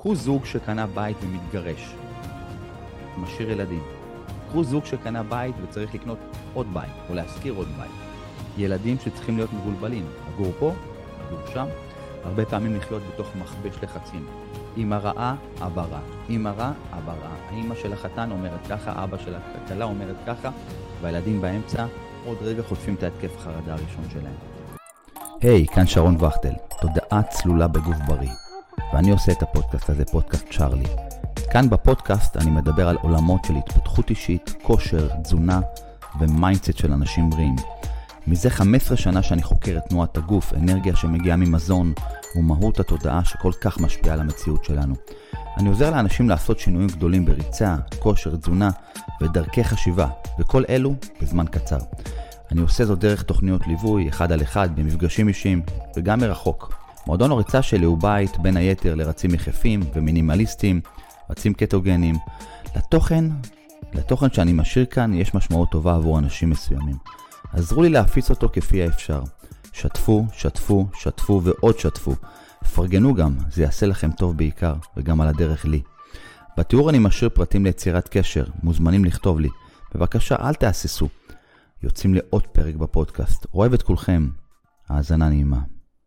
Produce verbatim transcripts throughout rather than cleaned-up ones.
קחו זוג שקנה בית ומתגרש, משאיר ילדים. קחו זוג שקנה בית וצריך לקנות עוד בית, או להשכיר עוד בית. ילדים שצריכים להיות מבולבלים, לגור פה, לגור שם, הרבה פעמים לחיות בתוך מכבש לחצים. אמא רעה, אבא רע. אמא רע, אבא רע. האמא של החתן אומרת ככה, אבא של הכלה אומרת ככה, והילדים באמצע עוד רגע חוטפים את ההתקף חרדה הראשון שלהם. היי, כאן שרון וכטל, תודעה צלולה בגוף בריא. ואני עושה את הפודקאסט הזה, פודקאסט צ'רלי. כאן בפודקאסט אני מדבר על עולמות של התפתחות אישית, כושר, תזונה ומיינדסט של אנשים בריאים. מזה חמש עשרה שנה שאני חוקר את תנועת הגוף, אנרגיה שמגיעה ממזון ומהות התודעה שכל כך משפיעה על המציאות שלנו. אני עוזר לאנשים לעשות שינויים גדולים בריצה, כושר, תזונה ודרכי חשיבה, וכל אלו בזמן קצר. אני עושה זאת דרך תוכניות ליווי, אחד על אחד, במפגשים אישיים וגם מרחוק. מועדון הריצה שלי הוא בית בין היתר לרצים יחפים ומינימליסטים, רצים קטוגנים. לתוכן, לתוכן שאני משאיר כאן יש משמעות טובה עבור אנשים מסוימים. עזרו לי להפיץ אותו כפי האפשר. שתפו, שתפו, שתפו ועוד שתפו. פרגנו גם, זה יעשה לכם טוב בעיקר, וגם על הדרך לי. בתיאור אני משאיר פרטים ליצירת קשר, מוזמנים לכתוב לי. בבקשה, אל תהססו. יוצאים לעוד פרק בפודקאסט. אוהב את כולכם. האזנה נעימה.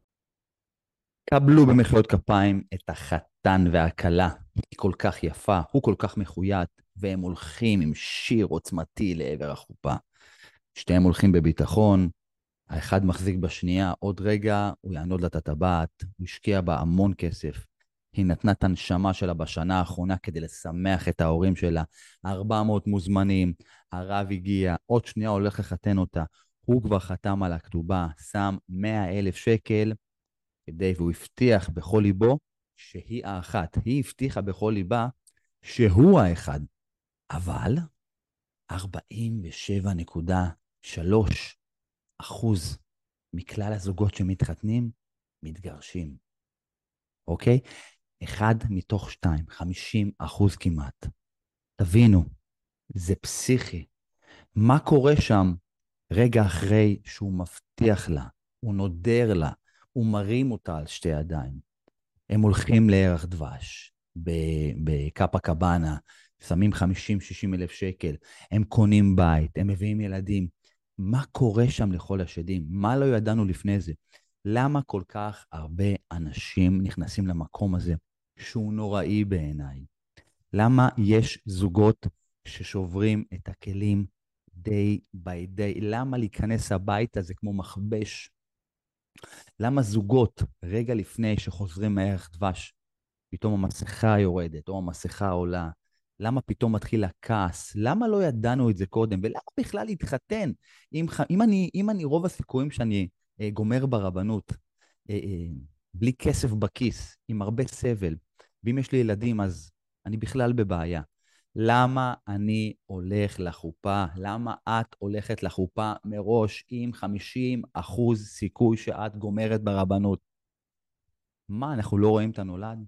קבלו במחיאות כפיים את החתן והכלה. היא כל כך יפה, הוא כל כך מחויית, והם הולכים עם שיר עוצמתי לעבר החופה. שתיהם הולכים בביטחון, האחד מחזיק בשנייה, עוד רגע הוא יענוד לה את הטבעת, הוא השקיע בה המון כסף. היא נתנה את הנשמה שלה בשנה האחרונה כדי לשמח את ההורים שלה. ארבע מאות מוזמנים, הרב הגיע, עוד שנייה הולך לחתן אותה. הוא כבר חתם על הכתובה, שם מאה אלף שקל, כדי, והוא הבטיח בכל ליבו שהיא האחת. היא הבטיחה בכל ליבה שהוא האחד. אבל ארבעים ושבע נקודה שלוש אחוז מכלל הזוגות שמתחתנים מתגרשים. אוקיי? אחד מתוך שתיים, חמישים אחוז כמעט. תבינו, זה פסיכי. מה קורה שם רגע אחרי שהוא מבטיח לה, הוא נודר לה, הוא מרים אותה על שתי ידיים? הם הולכים לערך דבש, בקאפה קבאנה, שמים חמישים שישים אלף שקל, הם קונים בית, הם מביאים ילדים. מה קורה שם לכל השדים? מה לא ידענו לפני זה? למה כל כך הרבה אנשים נכנסים למקום הזה שהוא נוראי בעיניי? למה יש זוגות ששוברים את הכלים די ביי די? למה להיכנס הביתה זה כמו מכבש? למה זוגות רגע לפני שחוזרים מערך דבש, פתאום המסכה יורדת או המסכה עולה? למה פתאום מתחיל הכעס? למה לא ידענו את זה קודם? ולמה בכלל להתחתן? אם, אם, אני, אם אני רוב הסיכויים שאני אה, גומר ברבנות, אה, אה, בלי כסף בכיס, עם הרבה סבל, ואם יש לי ילדים אז אני בכלל בבעיה. למה אני הולך לחופה? למה את הולכת לחופה מראש עם חמישים אחוז סיכוי שאת גומרת ברבנות? מה, אנחנו לא רואים את הנולד?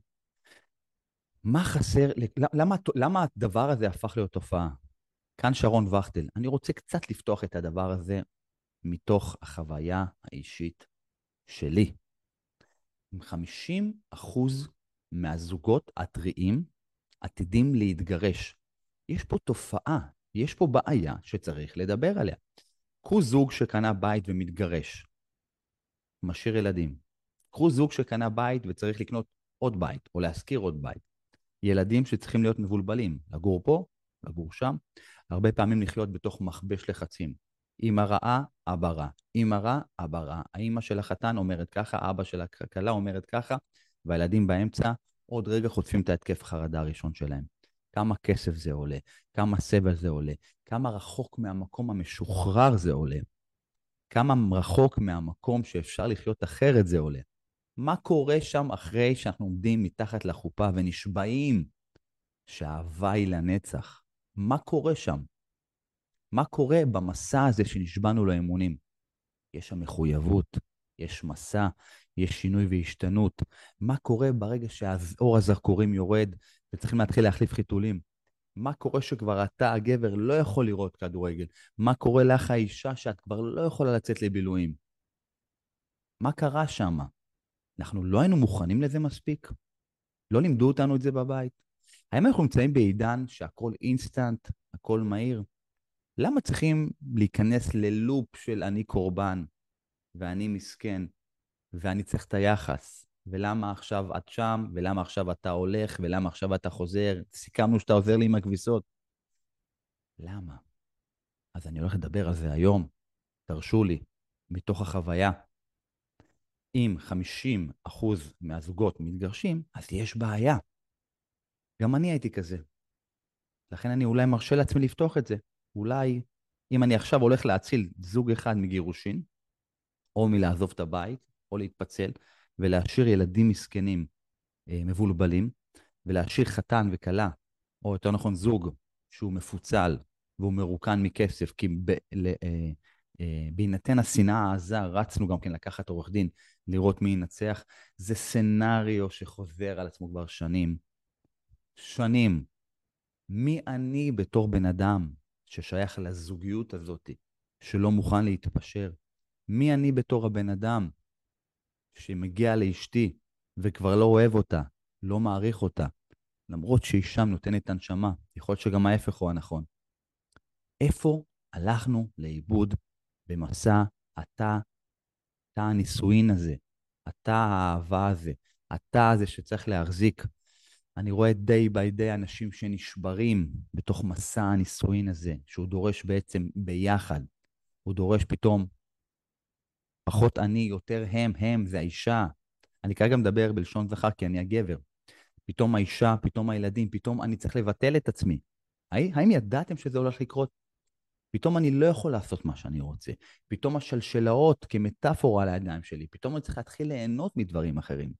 מה חסר? למה, למה הדבר הזה הפך להיות תופעה? כאן שרון וכטל. אני רוצה קצת לפתוח את הדבר הזה מתוך החוויה האישית שלי. עם חמישים אחוז מהזוגות הטריים עתידים להתגרש. יש פה תופעה, יש פה בעיה שצריך לדבר עליה. קחו זוג שקנה בית ומתגרש, משאיר ילדים. קחו זוג שקנה בית וצריך לקנות עוד בית, או להשכיר עוד בית. ילדים שצריכים להיות מבולבלים, לגור פה, לגור שם, הרבה פעמים לחיות בתוך מכבש לחצים. אמא רעה, אבא רע. אמא רע, אבא רע. האמא של החתן אומרת ככה, אבא של הכלה אומרת ככה, והילדים באמצע עוד רגע חוטפים את ההתקף חרדה הראשון שלהם. כמה כסף זה עולה, כמה סבל זה עולה, כמה רחוק מהמקום המשוחרר זה עולה, כמה רחוק מהמקום שאפשר לחיות אחרת זה עולה. מה קורה שם אחרי שאנחנו עומדים מתחת לחופה ונשבעים שהאהבה היא לנצח? מה קורה שם? מה קורה במסע הזה שנשבענו לאמונים? יש שם מחויבות, יש מסע, יש שינוי והשתנות. מה קורה ברגע שהאור הזרקורים יורד וצריכים להתחיל להחליף חיתולים? מה קורה שכבר אתה, הגבר, לא יכול לראות כדורגל? מה קורה לך האישה שאת כבר לא יכולה לצאת לבילויים? מה קרה שם? אנחנו לא היינו מוכנים לזה מספיק. לא לימדו אותנו את זה בבית? האם אנחנו נמצאים בעידן שהכל אינסטנט, הכל מהיר? למה צריכים להיכנס ללופ של אני קורבן, ואני מסכן, ואני צריך את היחס? ולמה עכשיו את שם, ולמה עכשיו אתה הולך, ולמה עכשיו אתה חוזר? סיכמנו שאתה עוזר לי עם הכביסות. למה? אז אני הולך לדבר על זה היום. תרשו לי, מתוך החוויה. אם חמישים אחוז מהזוגות מתגרשים, אז יש בעיה. גם אני הייתי כזה. לכן אני אולי מרשה לעצמי לפתוח את זה. אולי אם אני עכשיו הולך להציל זוג אחד מגירושין, או מלעזוב את הבית, או להתפצל, ולהשאיר ילדים מסכנים אה, מבולבלים, ולהשאיר חתן וכלה, או יותר נכון זוג, שהוא מפוצל, והוא מרוקן מכסף, כי ב, ל, אה, אה, בהינתן השנאה העזה, רצנו גם כן לקחת עורך דין, לראות מי ינצח. זה סנריו שחוזר על עצמו כבר שנים. שנים. מי אני בתור בן אדם ששייך לזוגיות הזאת, שלא מוכן להתפשר? מי אני בתור הבן אדם שמגיע לאשתי וכבר לא אוהב אותה, לא מעריך אותה, למרות שהיא שם נותנת הנשמה? יכול להיות שגם ההפך הוא הנכון. איפה הלכנו לאיבוד במסע אתה, אתה הנישואין הזה, אתה האהבה הזה, אתה הזה שצריך להחזיק? אני רואה די ביי די אנשים שנשברים בתוך מסע הנישואין הזה, שהוא דורש בעצם ביחד. הוא דורש פתאום פחות אני, יותר הם, הם, זה האישה. אני כרגע מדבר בלשון זכר כי אני הגבר. פתאום האישה, פתאום הילדים, פתאום אני צריך לבטל את עצמי. האם ידעתם שזה הולך לקרות? פתאום אני לא יכול לעשות מה שאני רוצה. פתאום השלשלאות כמטאפורה על הידיים שלי. פתאום אני צריך להתחיל ליהנות מדברים אחרים.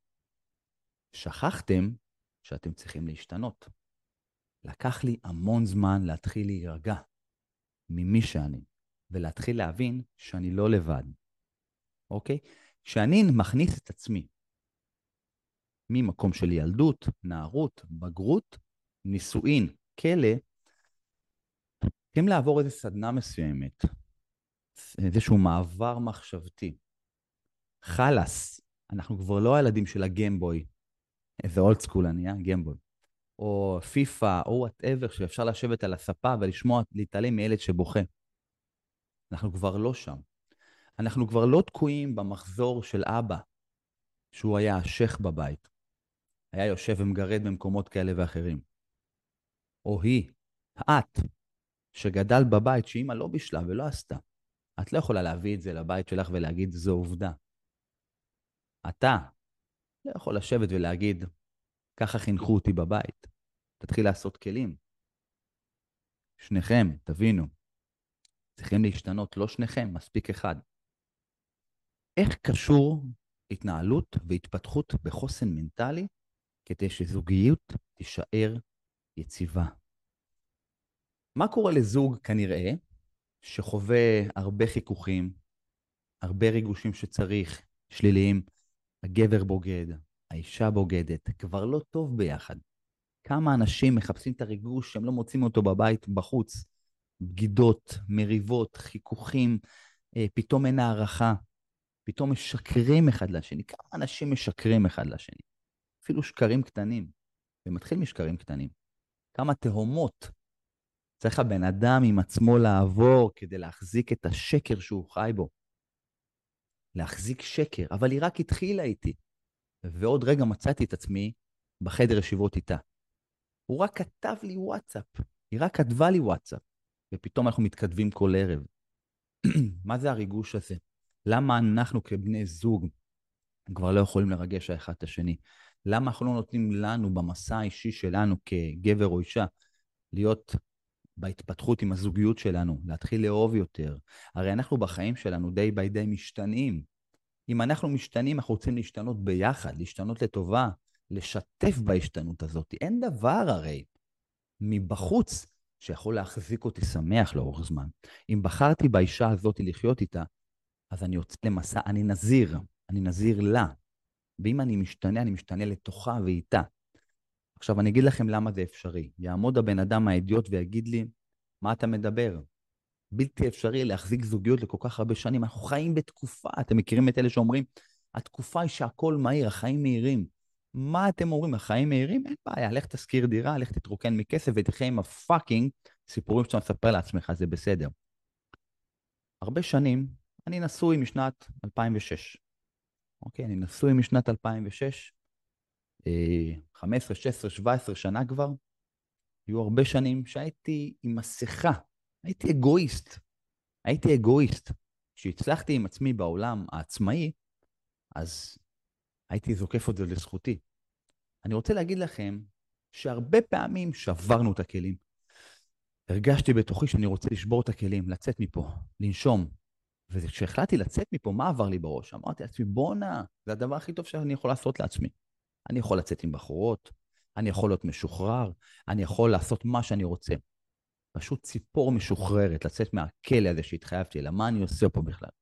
שכחתם שאתם צריכים להשתנות. לקח לי המון זמן להתחיל להירגע ממי שאני, ולהתחיל להבין שאני לא לבד. אוקיי? כשאני מכניס את עצמי ממקום של ילדות, נערות, בגרות, נישואין, כלא, צריכים לעבור איזו סדנה מסוימת, איזשהו מעבר מחשבתי. חלאס, אנחנו כבר לא הילדים של הגיימבוי, איזה אולד סקול אני, אה? גיימבוי. או פיפה, או whatever, שאפשר לשבת על הספה ולשמוע, להתעלם מילד שבוכה. אנחנו כבר לא שם. אנחנו כבר לא תקועים במחזור של אבא, שהוא היה השייך בבית. היה יושב ומגרד במקומות כאלה ואחרים. או היא, את, שגדל בבית שאמא לא בשלה ולא עשתה. את לא יכולה להביא את זה לבית שלך ולהגיד, זו עובדה. אתה לא יכול לשבת ולהגיד, ככה חינכו אותי בבית. תתחיל לעשות כלים. שניכם, תבינו, צריכים להשתנות, לא שניכם, מספיק אחד. איך קשור התנהלות והתפתחות בחוסן מנטלי כדי שזוגיות תישאר יציבה? מה קורה לזוג כנראה שחווה הרבה חיכוכים, הרבה ריגושים שצריך, שליליים, הגבר בוגד, האישה בוגדת, כבר לא טוב ביחד. כמה אנשים מחפשים את הריגוש שהם לא מוצאים אותו בבית, בחוץ? בגידות, מריבות, חיכוכים, אה, פתאום אין הערכה, פתאום משקרים אחד לשני. כמה אנשים משקרים אחד לשני? אפילו שקרים קטנים. ומתחיל משקרים קטנים. כמה תהומות צריך הבן אדם עם עצמו לעבור כדי להחזיק את השקר שהוא חי בו. להחזיק שקר, אבל היא רק התחילה איתי. ועוד רגע מצאתי את עצמי בחדר ישיבות איתה. הוא רק כתב לי וואטסאפ, היא רק כתבה לי וואטסאפ, ופתאום אנחנו מתכתבים כל ערב. מה זה הריגוש הזה? למה אנחנו כבני זוג כבר לא יכולים לרגש האחד את השני? למה אנחנו לא נותנים לנו במסע האישי שלנו כגבר או אישה להיות בהתפתחות עם הזוגיות שלנו, להתחיל לאהוב יותר? הרי אנחנו בחיים שלנו די ביי די משתנים. אם אנחנו משתנים, אנחנו רוצים להשתנות ביחד, להשתנות לטובה, לשתף בהשתנות הזאת. אין דבר הרי מבחוץ שיכול להחזיק אותי שמח לאורך זמן. אם בחרתי באישה הזאת לחיות איתה, אז אני יוצא למסע, אני נזיר, אני נזיר לה. ואם אני משתנה, אני משתנה לתוכה ואיתה. עכשיו אני אגיד לכם למה זה אפשרי. יעמוד הבן אדם האידיוט ויגיד לי, מה אתה מדבר? בלתי אפשרי להחזיק זוגיות לכל כך הרבה שנים. אנחנו חיים בתקופה, אתם מכירים את אלה שאומרים, התקופה היא שהכל מהיר, החיים מהירים. מה אתם אומרים? החיים מהירים? אין בעיה, לך תשכיר דירה, לך תתרוקן מכסף ותחיה עם הפאקינג סיפורים שאתה מספר לעצמך, זה בסדר. הרבה שנים, אני נשוי משנת אלפיים ושש. אוקיי, אני נשוי משנת אלפיים ושש, אה, חמש עשרה, שש עשרה, שבע עשרה שנה כבר. היו הרבה שנים שהייתי עם מסכה, הייתי אגואיסט, הייתי אגואיסט. כשהצלחתי עם עצמי בעולם העצמאי, אז הייתי זוקף את זה לזכותי. אני רוצה להגיד לכם שהרבה פעמים שברנו את הכלים. הרגשתי בתוכי שאני רוצה לשבור את הכלים, לצאת מפה, לנשום. וכשהחלטתי לצאת מפה, מה עבר לי בראש? אמרתי לעצמי, בואנה, זה הדבר הכי טוב שאני יכול לעשות לעצמי. אני יכול לצאת עם בחורות, אני יכול להיות משוחרר, אני יכול לעשות מה שאני רוצה. פשוט ציפור משוחררת, לצאת מהכלא הזה שהתחייבתי אליה, מה אני עושה פה בכלל?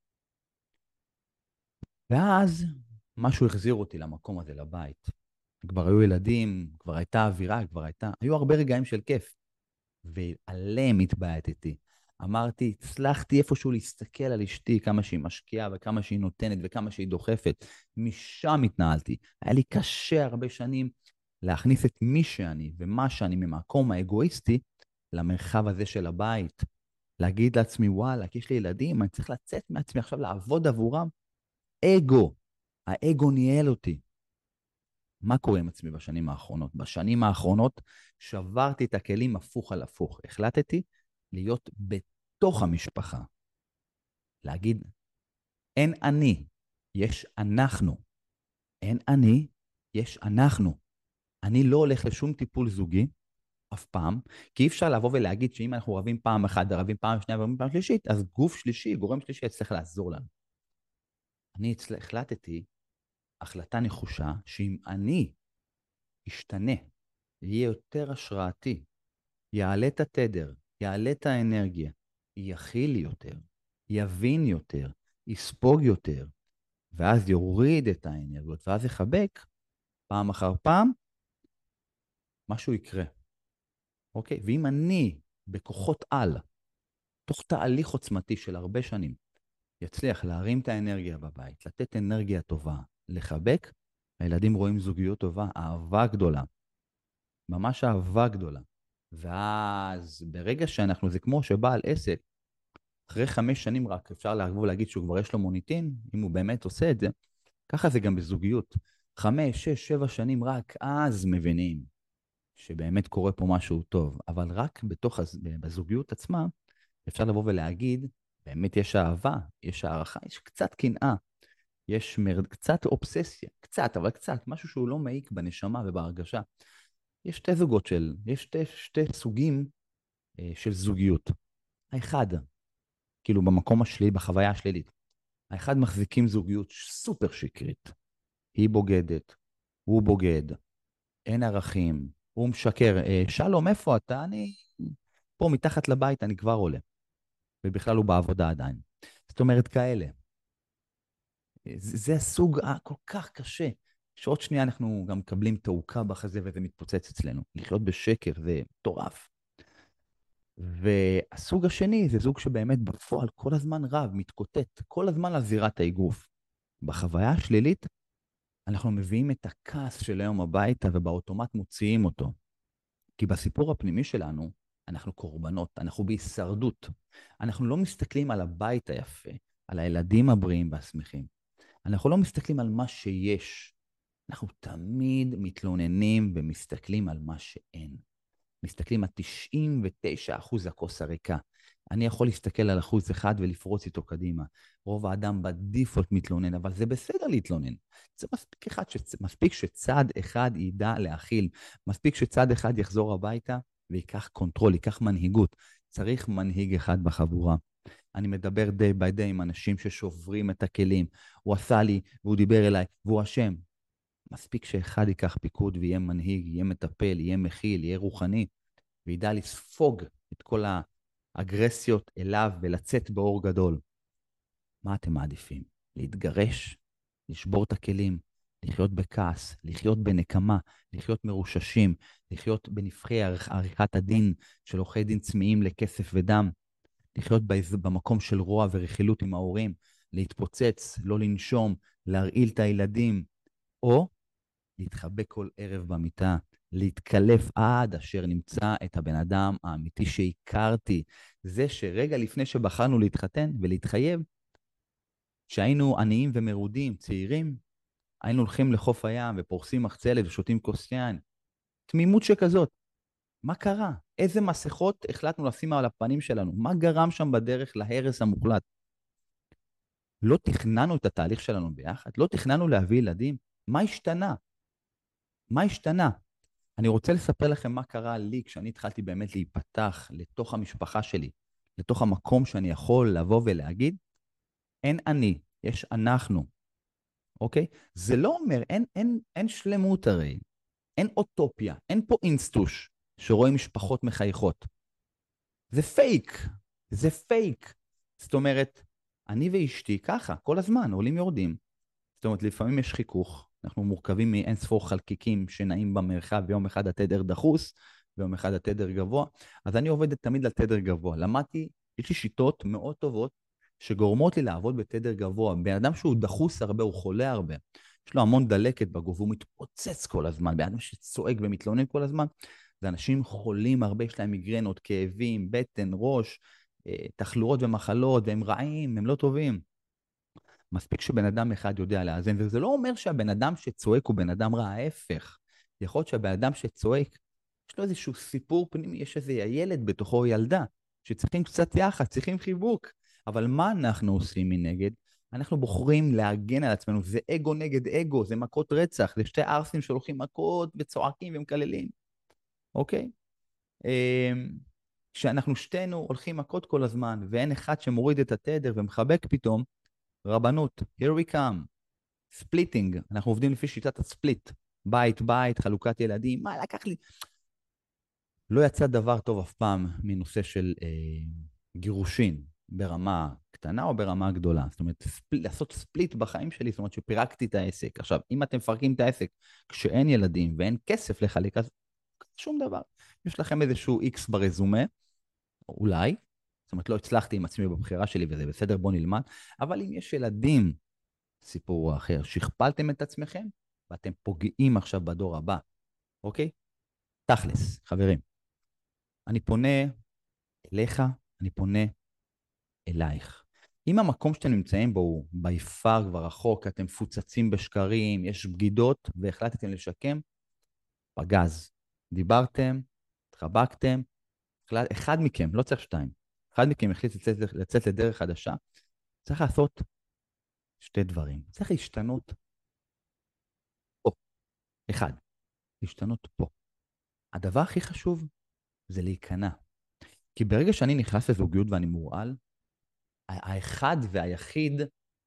ואז משהו החזיר אותי למקום הזה, לבית. כבר היו ילדים, כבר הייתה אווירה, כבר הייתה... היו הרבה רגעים של כיף, ועליהם התבעטתי. אמרתי, הצלחתי איפשהו להסתכל על אשתי, כמה שהיא משקיעה וכמה שהיא נותנת וכמה שהיא דוחפת. משם התנהלתי. היה לי קשה הרבה שנים להכניס את מי שאני ומה שאני ממקום האגואיסטי למרחב הזה של הבית. להגיד לעצמי, וואלה, כי יש לי ילדים, אני צריך לצאת מעצמי עכשיו לעבוד עבורם. אגו. האגו ניהל אותי. מה קורה עם עצמי בשנים האחרונות? בשנים האחרונות שברתי את הכלים הפוך על הפוך. החלטתי להיות בתוך המשפחה. להגיד, אין אני, יש אנחנו. אין אני, יש אנחנו. אני לא הולך לשום טיפול זוגי, אף פעם, כי אי אפשר לבוא ולהגיד שאם אנחנו רבים פעם אחת, רבים פעם שנייה, רבים פעם שלישית, אז גוף שלישי, גורם שלישי, יצטרך לעזור לנו. אני החלטתי, החלטה נחושה, שאם אני ישתנה, יהיה יותר השראתי, יעלה את התדר, יעלה את האנרגיה, יכיל יותר, יבין יותר, יספוג יותר, ואז יוריד את האנרגיות, ואז יחבק פעם אחר פעם, משהו יקרה. אוקיי? ואם אני בכוחות על, תוך תהליך עוצמתי של הרבה שנים, יצליח להרים את האנרגיה בבית, לתת אנרגיה טובה, לחבק, הילדים רואים זוגיות טובה, אהבה גדולה, ממש אהבה גדולה. ואז ברגע שאנחנו, זה כמו שבעל עסק, אחרי חמש שנים רק אפשר לבוא ולהגיד שהוא כבר יש לו מוניטין, אם הוא באמת עושה את זה, ככה זה גם בזוגיות. חמש, שש, שבע שנים רק אז מבינים שבאמת קורה פה משהו טוב, אבל רק בתוך, בזוגיות עצמה, אפשר לבוא ולהגיד, באמת יש אהבה, יש הערכה, יש קצת קנאה, יש מרד, קצת אובססיה, קצת, אבל קצת, משהו שהוא לא מעיק בנשמה ובהרגשה. יש שתי זוגות של, יש שתי, שתי סוגים אה, של זוגיות. האחד, כאילו במקום השלילי, בחוויה השלילית. האחד מחזיקים זוגיות סופר שקרית. היא בוגדת, הוא בוגד, אין ערכים, הוא משקר. אה, שלום, איפה אתה? אני פה מתחת לבית, אני כבר עולה. ובכלל הוא בעבודה עדיין. זאת אומרת, כאלה. זה, זה הסוג הכל כך קשה, שעוד שנייה אנחנו גם מקבלים תעוקה בחזה וזה מתפוצץ אצלנו. לחיות בשקר זה מטורף. והסוג השני זה זוג שבאמת בפועל כל הזמן רב, מתקוטט, כל הזמן על זירת האגרוף. בחוויה השלילית, אנחנו מביאים את הכעס של היום הביתה ובאוטומט מוציאים אותו. כי בסיפור הפנימי שלנו, אנחנו קורבנות, אנחנו בהישרדות. אנחנו לא מסתכלים על הבית היפה, על הילדים הבריאים והשמחים. אנחנו לא מסתכלים על מה שיש. אנחנו תמיד מתלוננים ומסתכלים על מה שאין. מסתכלים על תשעים ותשעה אחוז הכוס הריקה. אני יכול להסתכל על אחוז אחד ולפרוץ איתו קדימה. רוב האדם בדיפולט מתלונן, אבל זה בסדר להתלונן. זה מספיק, אחד שצ... מספיק שצד אחד ידע להכיל. מספיק שצד אחד יחזור הביתה ויקח קונטרול, ייקח מנהיגות. צריך מנהיג אחד בחבורה. אני מדבר day by day עם אנשים ששוברים את הכלים. הוא עשה לי והוא דיבר אליי והוא אשם. מספיק שאחד ייקח פיקוד ויהיה מנהיג, יהיה מטפל, יהיה מכיל, יהיה רוחני, וידע לספוג את כל האגרסיות אליו ולצאת באור גדול. מה אתם מעדיפים? להתגרש? לשבור את הכלים? לחיות בכעס? לחיות בנקמה? לחיות מרוששים? לחיות בנבחי עריכת הדין של עורכי דין צמאים לכסף ודם? לחיות במקום של רוע ורכילות עם ההורים? להתפוצץ, לא לנשום, להרעיל את הילדים? או להתחבא כל ערב במיטה, להתקלף עד אשר נמצא את הבן אדם האמיתי שהכרתי. זה שרגע לפני שבחרנו להתחתן ולהתחייב, שהיינו עניים ומרודים, צעירים, היינו הולכים לחוף הים ופורסים מחצלת ושותים כוס יין. תמימות שכזאת. מה קרה? איזה מסכות החלטנו לשים על הפנים שלנו? מה גרם שם בדרך להרס המוחלט? לא תכננו את התהליך שלנו ביחד? לא תכננו להביא ילדים? מה השתנה? מה השתנה? אני רוצה לספר לכם מה קרה לי כשאני התחלתי באמת להיפתח לתוך המשפחה שלי, לתוך המקום שאני יכול לבוא ולהגיד, אין אני, יש אנחנו, אוקיי? זה לא אומר, אין, אין, אין שלמות הרי, אין אוטופיה, אין פה אינסטוש שרואים משפחות מחייכות. זה פייק, זה פייק. זאת אומרת, אני ואשתי ככה, כל הזמן, עולים יורדים. זאת אומרת, לפעמים יש חיכוך, אנחנו מורכבים מאין ספור חלקיקים שנעים במרחב, ויום אחד התדר דחוס, ויום אחד התדר גבוה, אז אני עובדת תמיד על תדר גבוה. למדתי, יש לי שיטות מאוד טובות, שגורמות לי לעבוד בתדר גבוה. בן אדם שהוא דחוס הרבה, הוא חולה הרבה, יש לו המון דלקת בגוף, והוא מתפוצץ כל הזמן, בן אדם שצועק ומתלונן כל הזמן, זה אנשים חולים הרבה, יש להם מיגרנות, כאבים, בטן, ראש, תחלואות ומחלות, והם רעים, הם לא טובים. מספיק שבן אדם אחד יודע לאזן, וזה לא אומר שהבן אדם שצועק הוא בן אדם רע, ההפך. יכול להיות שהבן אדם שצועק, יש לו איזשהו סיפור פנימי, יש איזה ילד בתוכו ילדה, שצריכים קצת יחד, צריכים חיבוק. אבל מה אנחנו עושים מנגד? אנחנו בוחרים להגן על עצמנו, זה אגו נגד אגו, זה מכות רצח, זה שתי ארסים שהולכים מכות וצועקים ומקללים, אוקיי? כשאנחנו שתינו הולכים מכות כל הזמן, ואין אחד שמוריד את התדר ומחבק פתאום, רבנות, here we come, ספליטינג, אנחנו עובדים לפי שיטת הספליט, בית, בית, חלוקת ילדים, מה לקח לי? לא יצא דבר טוב אף פעם מנושא של אה, גירושין, ברמה קטנה או ברמה גדולה. זאת אומרת, ספל, לעשות ספליט בחיים שלי, זאת אומרת שפירקתי את העסק. עכשיו, אם אתם מפרקים את העסק כשאין ילדים ואין כסף לחלק, אז שום דבר. יש לכם איזשהו איקס ברזומה, אולי, זאת אומרת, לא הצלחתי עם עצמי בבחירה שלי וזה בסדר, בוא נלמד, אבל אם יש ילדים, סיפור אחר, שכפלתם את עצמכם, ואתם פוגעים עכשיו בדור הבא, אוקיי? תכלס, חברים, אני פונה אליך, אני פונה אלייך. אם המקום שאתם נמצאים בו הוא ביפר כבר רחוק, אתם מפוצצים בשקרים, יש בגידות, והחלטתם לשקם, פגז. דיברתם, התחבקתם, אחד מכם, לא צריך שתיים, אחד מכם החליט לצאת, לצאת לדרך חדשה, צריך לעשות שתי דברים. צריך להשתנות פה. אחד, להשתנות פה. הדבר הכי חשוב זה להיכנע. כי ברגע שאני נכנס לזוגיות ואני מורעל, האחד והיחיד,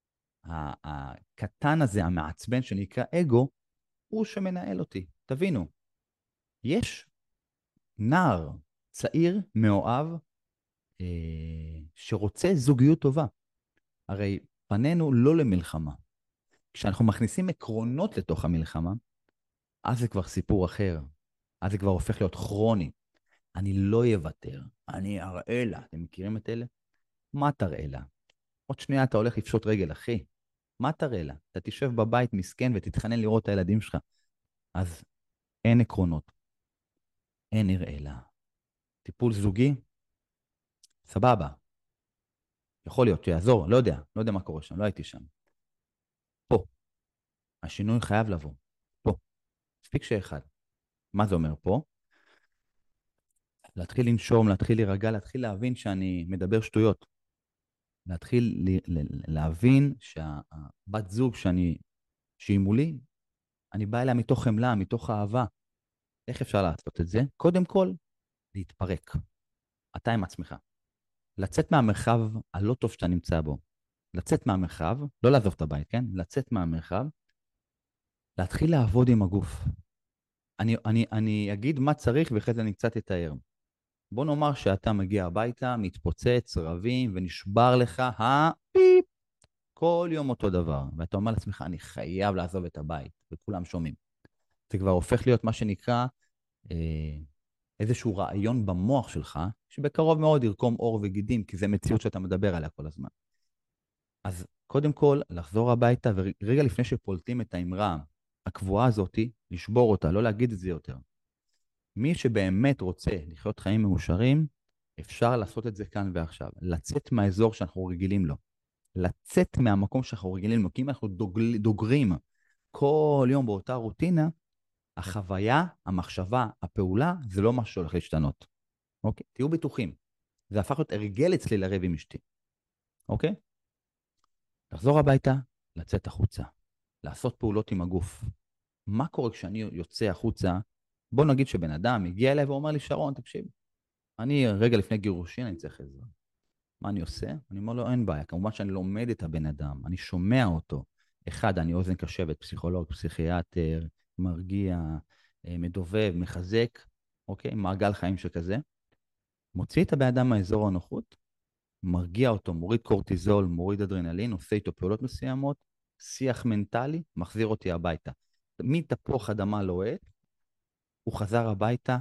הקטן הזה, המעצבן שנקרא אגו, הוא שמנהל אותי. תבינו, יש נער צעיר, מאוהב, אה, שרוצה זוגיות טובה. הרי פנינו לא למלחמה. כשאנחנו מכניסים עקרונות לתוך המלחמה, אז זה כבר סיפור אחר. אז זה כבר הופך להיות כרוני. אני לא יוותר, אני אראה לה. אתם מכירים את אלה? מה תראה לה? עוד שנייה אתה הולך לפשוט רגל, אחי. מה תראה לה? אתה תשב בבית מסכן ותתחנן לראות את הילדים שלך. אז אין עקרונות. אין נראה לה. טיפול זוגי, סבבה. יכול להיות שיעזור, לא יודע, לא יודע מה קורה שם, לא הייתי שם. פה. השינוי חייב לבוא. פה. מספיק שאחד. מה זה אומר פה? להתחיל לנשום, להתחיל להירגע, להתחיל להבין שאני מדבר שטויות. להתחיל להבין שהבת זוג שאני, שהיא מולי, אני בא אליה מתוך חמלה, מתוך אהבה. איך אפשר לעשות את זה? קודם כל, להתפרק. אתה עם עצמך. לצאת מהמרחב הלא טוב שאתה נמצא בו. לצאת מהמרחב, לא לעזוב את הבית, כן? לצאת מהמרחב, להתחיל לעבוד עם הגוף. אני, אני, אני אגיד מה צריך ואחרי זה אני קצת אתאר. בוא נאמר שאתה מגיע הביתה, מתפוצץ, רבים, ונשבר לך הפיפ. כל יום אותו דבר. ואתה אומר לעצמך, אני חייב לעזוב את הבית, וכולם שומעים. זה כבר הופך להיות מה שנקרא אה, איזשהו רעיון במוח שלך, שבקרוב מאוד ירקום אור וגידים, כי זה מציאות שאתה מדבר עליה כל הזמן. אז קודם כל, לחזור הביתה, ורגע לפני שפולטים את האמרה, הקבועה הזאת, לשבור אותה, לא להגיד את זה יותר. מי שבאמת רוצה לחיות חיים מאושרים, אפשר לעשות את זה כאן ועכשיו. לצאת מהאזור שאנחנו רגילים לו. לצאת מהמקום שאנחנו רגילים לו. כי אם אנחנו דוגל, דוגרים כל יום באותה רוטינה, החוויה, המחשבה, הפעולה, זה לא משהו שהולך להשתנות. אוקיי? תהיו בטוחים. זה הפך להיות הרגל אצלי לרב עם אשתי. אוקיי? לחזור הביתה, לצאת החוצה. לעשות פעולות עם הגוף. מה קורה כשאני יוצא החוצה? בוא נגיד שבן אדם הגיע אליי ואומר לי, שרון, תקשיב, אני רגע לפני גירושין, אני צריך עזרה. מה אני עושה? אני אומר לו, אין בעיה. כמובן שאני לומד את הבן אדם, אני שומע אותו. אחד, אני אוזן קשבת, פסיכולוג, פסיכיאטר, מרגיע, מדובב, מחזק, אוקיי? מעגל חיים שכזה. מוציא את הבן אדם מהאזור הנוחות, מרגיע אותו, מוריד קורטיזול, מוריד אדרנלין, עושה איתו פעולות מסוימות, שיח מנטלי, מחזיר אותי הביתה. מתפוח אדמה לוהט, הוא חזר הביתה,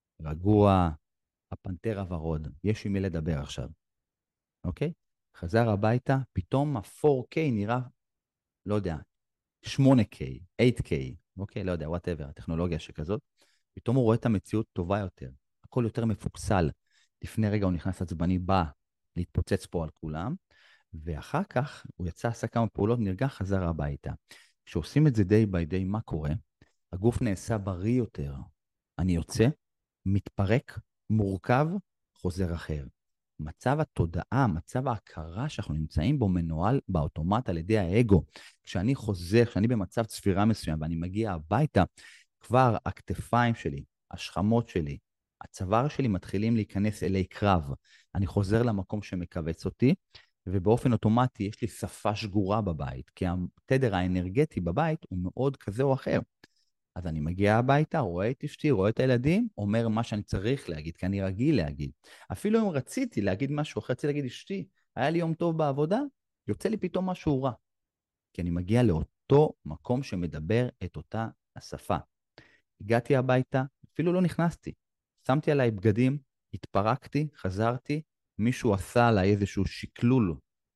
רגוע, הפנתר הוורוד, יש עם מי לדבר עכשיו, אוקיי? חזר הביתה, פתאום ה-פור קיי נראה, לא יודע, שמונה קיי, שמונה קיי, אוקיי? לא יודע, whatever, הטכנולוגיה שכזאת. פתאום הוא רואה את המציאות טובה יותר, הכל יותר מפוקסל. לפני רגע הוא נכנס עצבני, בא להתפוצץ פה על כולם, ואחר כך הוא יצא, עשה כמה פעולות, נרגע, חזר הביתה. כשעושים את זה די ביי די, מה קורה? הגוף נעשה בריא יותר. אני יוצא, מתפרק, מורכב, חוזר אחר. מצב התודעה, מצב ההכרה שאנחנו נמצאים בו מנוהל באוטומט על ידי האגו. כשאני חוזר, כשאני במצב צפירה מסוים ואני מגיע הביתה, כבר הכתפיים שלי, השכמות שלי, הצוואר שלי מתחילים להיכנס אלי קרב. אני חוזר למקום שמקבץ אותי, ובאופן אוטומטי יש לי שפה שגורה בבית, כי התדר האנרגטי בבית הוא מאוד כזה או אחר. אז אני מגיע הביתה, רואה את אשתי, רואה את הילדים, אומר מה שאני צריך להגיד, כי אני רגיל להגיד. אפילו אם רציתי להגיד משהו אחר, רציתי להגיד, אשתי, היה לי יום טוב בעבודה, יוצא לי פתאום משהו רע. כי אני מגיע לאותו מקום שמדבר את אותה השפה. הגעתי הביתה, אפילו לא נכנסתי. שמתי עליי בגדים, התפרקתי, חזרתי, מישהו עשה עליי איזשהו שקלול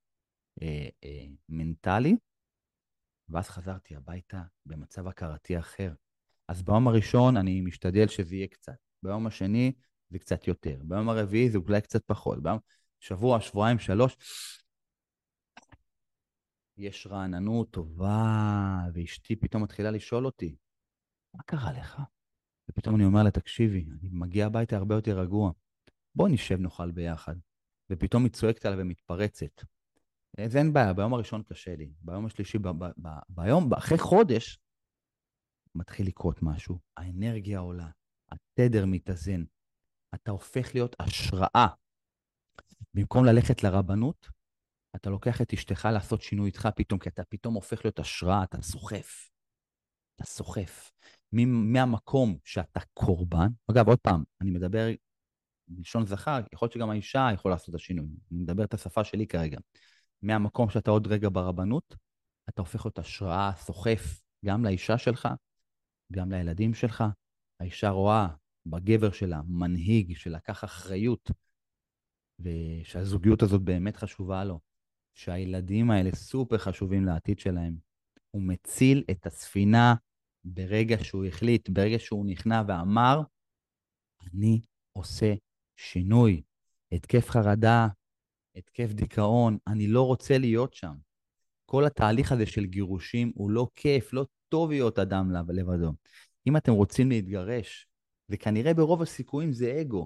אה, אה, מנטלי, ואז חזרתי הביתה במצב הכרתי אחר. אז ביום הראשון אני משתדל שזה יהיה קצת. ביום השני זה קצת יותר. ביום הרביעי זה אולי קצת פחות. ביום שבוע, שבועיים, שלוש, יש רעננות טובה, ואשתי פתאום מתחילה לשאול אותי, מה קרה לך? ופתאום אני אומר לה, תקשיבי, אני מגיע הביתה הרבה יותר רגוע. בוא נשב נאכל ביחד. ופתאום היא צועקת עליו ומתפרצת. זה אין בעיה, ביום הראשון קשה לי. ביום השלישי, ב- ב- ב- ביום, אחרי חודש, מתחיל לקרות משהו. האנרגיה עולה, התדר מתאזן. אתה הופך להיות השראה. במקום ללכת לרבנות, אתה לוקח את אשתך לעשות שינוי איתך פתאום, כי אתה פתאום הופך להיות השראה, אתה סוחף. אתה סוחף. מ- מהמקום שאתה קורבן, אגב, עוד פעם, אני מדבר בלשון זכר, יכול להיות שגם האישה יכולה לעשות את השינוי. אני מדבר את השפה שלי כרגע. מהמקום שאתה עוד רגע ברבנות, אתה הופך להיות השראה, סוחף, גם לאישה שלך, גם לילדים שלך. האישה רואה בגבר שלה מנהיג שלקח אחריות, ושהזוגיות הזאת באמת חשובה לו, שהילדים האלה סופר חשובים לעתיד שלהם. הוא מציל את הספינה ברגע שהוא החליט, ברגע שהוא נכנע ואמר, אני עושה שינוי. התקף חרדה, התקף דיכאון, אני לא רוצה להיות שם. כל התהליך הזה של גירושים הוא לא כיף, לא טוב להיות אדם לבדו. אם אתם רוצים להתגרש, וכנראה ברוב הסיכויים זה אגו.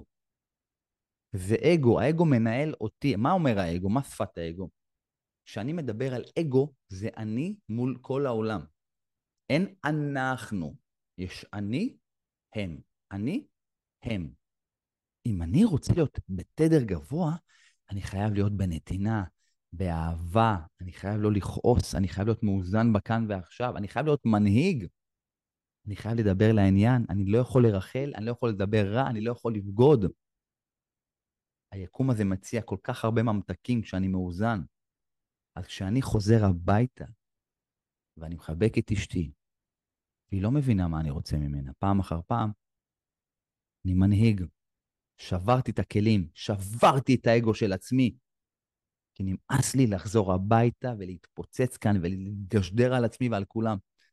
זה אגו, האגו מנהל אותי. מה אומר האגו? מה שפת האגו? כשאני מדבר על אגו, זה אני מול כל העולם. אין אנחנו. יש אני, הם. אני, הם. אם אני רוצה להיות בתדר גבוה, אני חייב להיות בנתינה, באהבה, אני חייב לא לכעוס, אני חייב להיות מאוזן בכאן ועכשיו, אני חייב להיות מנהיג, אני חייב לדבר לעניין, אני לא יכול לרחל, אני לא יכול לדבר רע, אני לא יכול לבגוד. היקום הזה מציע כל כך הרבה ממתקים כשאני מאוזן. אז כשאני חוזר הביתה, ואני מחבק את אשתי, והיא לא מבינה מה אני רוצה ממנה, פעם אחר פעם, אני מנהיג. שברתי את הכלים, שברתי את האגו של עצמי, כי נמאס לי לחזור הביתה ולהתפוצץ כאן ולהתגשדר על עצמי ועל כולם.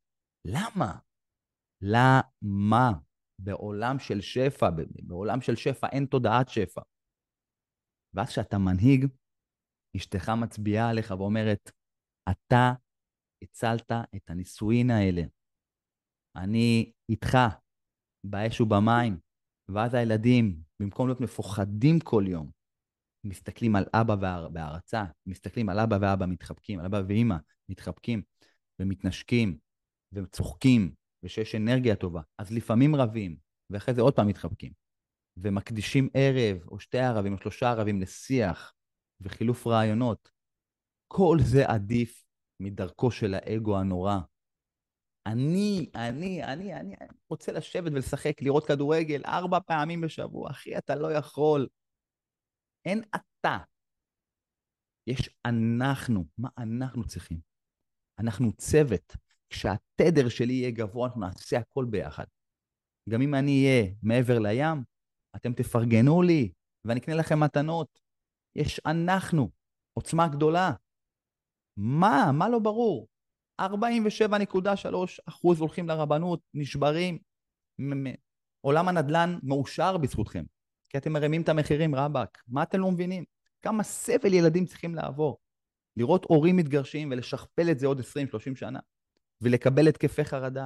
למה? למה? בעולם של שפע, בעולם של שפע אין תודעת שפע. ואז כשאתה מנהיג, אשתך מצביעה עליך ואומרת, אתה הצלת את הנישואין האלה. אני איתך, באש ובמים. ואז הילדים, במקום להיות מפוחדים כל יום, מסתכלים על אבא בהערצה, מסתכלים על אבא ואבא מתחבקים, על אבא ואמא מתחבקים ומתנשקים וצוחקים, ושיש אנרגיה טובה. אז לפעמים רבים, ואחרי זה עוד פעם מתחבקים, ומקדישים ערב או שתי ערבים או שלושה ערבים לשיח וחילוף רעיונות. כל זה עדיף מדרכו של האגו הנורא. אני, אני, אני, אני רוצה לשבת ולשחק, לראות כדורגל ארבע פעמים בשבוע. אחי, אתה לא יכול. אין אתה. יש אנחנו. מה אנחנו צריכים? אנחנו צוות. כשהתדר שלי יהיה גבוה, אנחנו נעשה הכל ביחד. גם אם אני אהיה מעבר לים, אתם תפרגנו לי, ואני אקנה לכם מתנות. יש אנחנו. עוצמה גדולה. מה? מה לא ברור? ארבעים ושבע נקודה שלוש אחוז הולכים לרבנות, נשברים. עולם הנדלן מאושר בזכותכם, כי אתם מרימים את המחירים רבק. מה אתם לא מבינים? כמה סבל ילדים צריכים לעבור? לראות הורים מתגרשים ולשכפל את זה עוד עשרים שלושים שנה, ולקבל התקפי חרדה.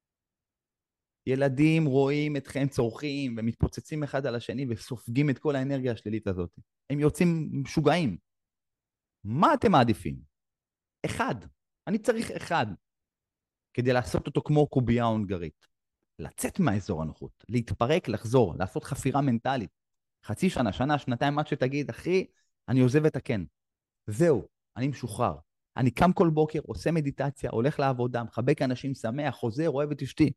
ילדים רואים אתכם צורכים ומתפוצצים אחד על השני וסופגים את כל האנרגיה השלילית הזאת. הם יוצאים משוגעים. מה אתם מעדיפים? אחד. אני צריך אחד, כדי לעשות אותו כמו קובייה הונגרית. לצאת מהאזור הנוחות, להתפרק, לחזור, לעשות חפירה מנטלית. חצי שנה, שנה, שנתיים, עד שתגיד, אחי, אני עוזב את הכן. זהו, אני משוחרר. אני קם כל בוקר, עושה מדיטציה, הולך לעבודה, מחבק אנשים, שמח, חוזר, אוהב את אשתי.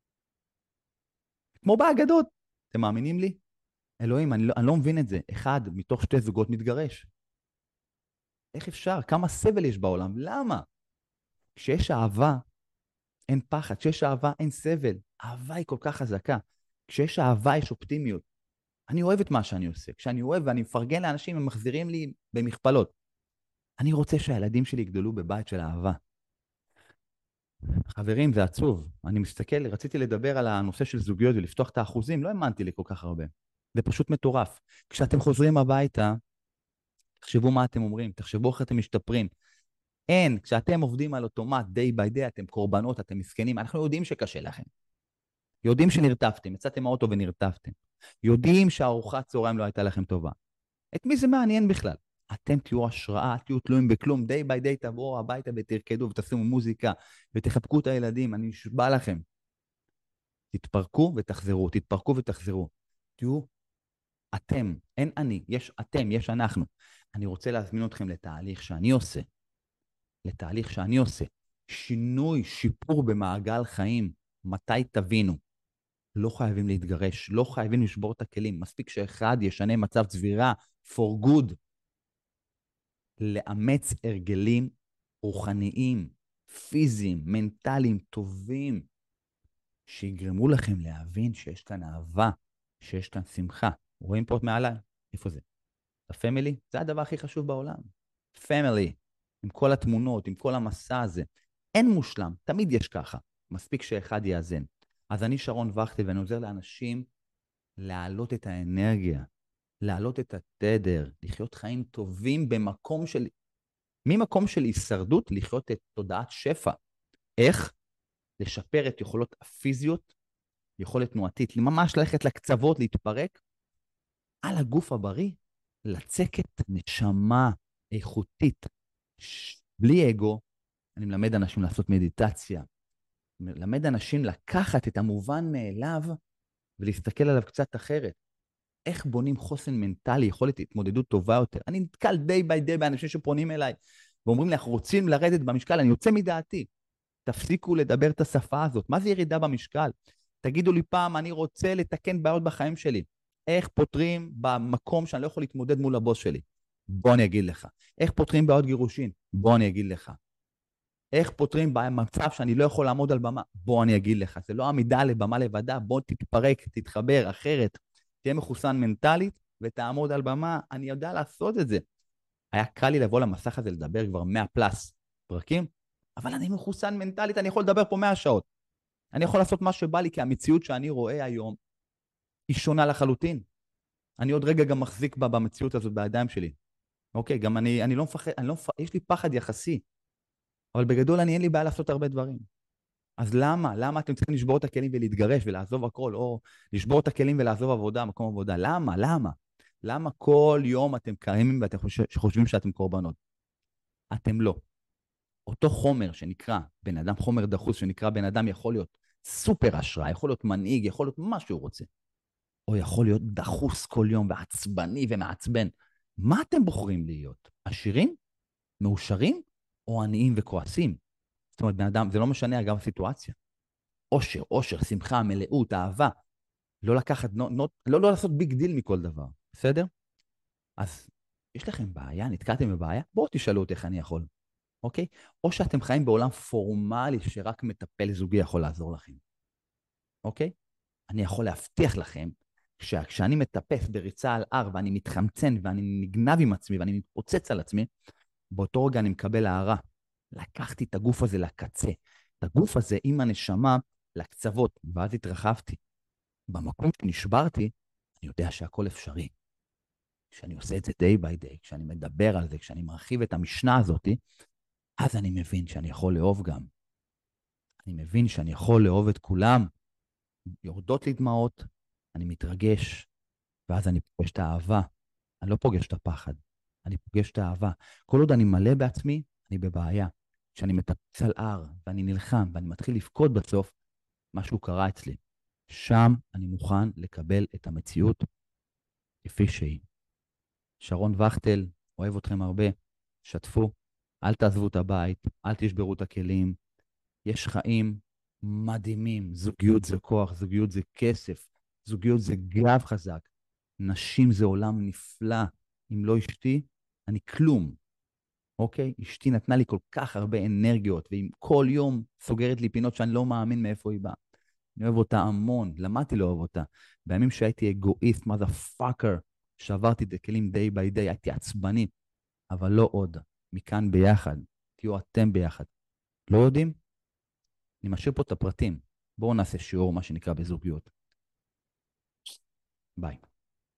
כמו באגדות. אתם מאמינים לי? אלוהים, אני לא, אני לא מבין את זה. אחד מתוך שתי זוגות מתגרש. איך אפשר? כמה סבל יש בעולם? למה? כשיש אהבה, אין פחד. כשיש אהבה, אין סבל. אהבה היא כל כך חזקה. כשיש אהבה, יש אופטימיות. אני אוהב את מה שאני עושה. כשאני אוהב ואני מפרגן לאנשים, הם מחזירים לי במכפלות. אני רוצה שהילדים שלי יגדלו בבית של אהבה. חברים, זה עצוב. אני מסתכל, רציתי לדבר על הנושא של זוגיות ולפתוח את האחוזים, לא האמנתי לי כל כך הרבה. זה פשוט מטורף. כשאתם חוזרים הביתה, תחשבו מה אתם אומרים, תחשבו איך אתם משתפרים. אין, כשאתם עובדים על אוטומט, day by day, אתם קורבנות, אתם מסכנים, אנחנו יודעים שקשה לכם. יודעים שנרטפתם, יצאתם מהאוטו ונרטפתם. יודעים שהארוחת צהריים לא הייתה לכם טובה. את מי זה מעניין בכלל? אתם תהיו השראה, תהיו תלויים בכלום, day by day תבואו הביתה ותרקדו ותשימו מוזיקה ותחבקו את הילדים, אני נשבע לכם. תתפרקו ותחזרו, תתפרקו ותחזרו. תהיו אתם, אין אני, יש אתם, יש אנחנו. אני רוצה להזמין אתכם לתהליך שאני עושה, לתהליך שאני עושה, שינוי, שיפור במעגל חיים. מתי תבינו? לא חייבים להתגרש, לא חייבים לשבור את הכלים, מספיק שאחד ישנה מצב צבירה, for good. לאמץ הרגלים רוחניים, פיזיים, מנטליים, טובים, שיגרמו לכם להבין שיש כאן אהבה, שיש כאן שמחה. רואים פה מעליי? איפה זה? הפמילי? זה הדבר הכי חשוב בעולם. פמילי, עם כל התמונות, עם כל המסע הזה. אין מושלם, תמיד יש ככה. מספיק שאחד יאזן. אז אני שרון וכטל, ואני עוזר לאנשים להעלות את האנרגיה, להעלות את התדר, לחיות חיים טובים במקום של, ממקום של הישרדות, לחיות את תודעת שפע. איך? לשפר את יכולות הפיזיות, יכולת תנועתית, ממש ללכת לקצוות, להתפרק, על הגוף הבריא, לצקת נשמה איכותית. בלי אגו, אני מלמד אנשים לעשות מדיטציה, מלמד אנשים לקחת את המובן מאליו, ולהסתכל עליו קצת אחרת. איך בונים חוסן מנטלי, יכולת התמודדות טובה יותר. אני נתקל די ביי די באנשים שפונים אליי, ואומרים לי, אנחנו רוצים לרדת במשקל, אני יוצא מדעתי. תפסיקו לדבר את השפה הזאת. מה זה ירידה במשקל? תגידו לי פעם, אני רוצה לתקן בעיות בחיים שלי. איך פותרים במקום שאני לא יכול להתמודד מול הבוס שלי? בוא אני אגיד לך. איך פותרים בעיות גירושין? בוא אני אגיד לך. איך פותרים במצב שאני לא יכול לעמוד על במה? בוא אני אגיד לך. זה לא עמידה על במה לבדה, בוא תתפרק, תתחבר, אחרת. תהיה מחוסן מנטלית ותעמוד על במה. אני יודע לעשות את זה. היה קל לי לבוא למסך הזה לדבר כבר מאה פלס פרקים. אבל אני מחוסן מנטלית, אני יכול לדבר פה מאה שעות. אני יכול לעשות מה שבא לי, כי המציאות שאני רואה היום היא שונה לחלוטין. אני עוד רגע גם מחזיק בה במציאות הזאת בידיים שלי. אוקיי, גם אני, אני לא מפחד, אני לא מפחד, יש לי פחד יחסי, אבל בגדול אני אין לי בעיה לעשות הרבה דברים. אז למה? למה אתם צריכים לשבור את הכלים ולהתגרש ולעזוב הכל, או לשבור את הכלים ולעזוב עבודה, מקום עבודה? למה? למה? למה כל יום אתם קיימים ואתם חושב, חושבים שאתם קורבנות? אתם לא. אותו חומר שנקרא בן אדם, חומר דחוס שנקרא בן אדם, יכול להיות סופר השראה, יכול להיות מנהיג, יכול להיות מה שהוא רוצה. או יכול להיות דחוס כל יום ועצבני ומעצבן. מה אתם בוחרים להיות? עשירים? מאושרים? או עניים וכועסים? זאת אומרת, בן אדם, זה לא משנה אגב הסיטואציה. אושר, אושר, שמחה, מלאות, אהבה. לא לקחת, לא, לא, לא, לא לעשות ביג דיל מכל דבר, בסדר? אז יש לכם בעיה? נתקעתם בבעיה? בואו תשאלו אותי איך אני יכול, אוקיי? או שאתם חיים בעולם פורמלי שרק מטפל זוגי יכול לעזור לכם, אוקיי? אני יכול להבטיח לכם שכשאני מטפס בריצה על הר ואני מתחמצן ואני נגנב עם עצמי ואני מתפוצץ על עצמי, באותו רגע אני מקבל הערה. לקחתי את הגוף הזה לקצה, את הגוף הזה עם הנשמה לקצוות, ואז התרחבתי. במקום שנשברתי, אני יודע שהכל אפשרי. כשאני עושה את זה day by day, כשאני מדבר על זה, כשאני מרחיב את המשנה הזאת, אז אני מבין שאני יכול לאהוב גם. אני מבין שאני יכול לאהוב את כולם. יורדות לי דמעות, אני מתרגש, ואז אני פוגש את האהבה. אני לא פוגש את הפחד, אני פוגש את האהבה. כל עוד אני מלא בעצמי, אני בבעיה. כשאני מטפס על הר, ואני נלחם, ואני מתחיל לבכות בסוף, משהו קרה אצלי. שם אני מוכן לקבל את המציאות כפי שהיא. שרון וכטל, אוהב אתכם הרבה, שתפו, אל תעזבו את הבית, אל תשברו את הכלים. יש חיים מדהימים, זוגיות זה כוח, זוגיות זה כסף, זוגיות זה גב חזק, נשים זה עולם נפלא. אם לא אשתי, אני כלום, אוקיי? אשתי נתנה לי כל כך הרבה אנרגיות, והיא כל יום סוגרת לי פינות שאני לא מאמין מאיפה היא באה. אני אוהב אותה המון, למדתי לאהוב אותה. בימים שהייתי אגואיסט, מה זה פאקר, שברתי את הכלים די ביי די, הייתי עצבני, אבל לא עוד. מכאן ביחד, תהיו אתם ביחד. לא יודעים? אני משאיר פה את הפרטים. בואו נעשה שיעור, מה שנקרא, בזוגיות. ביי.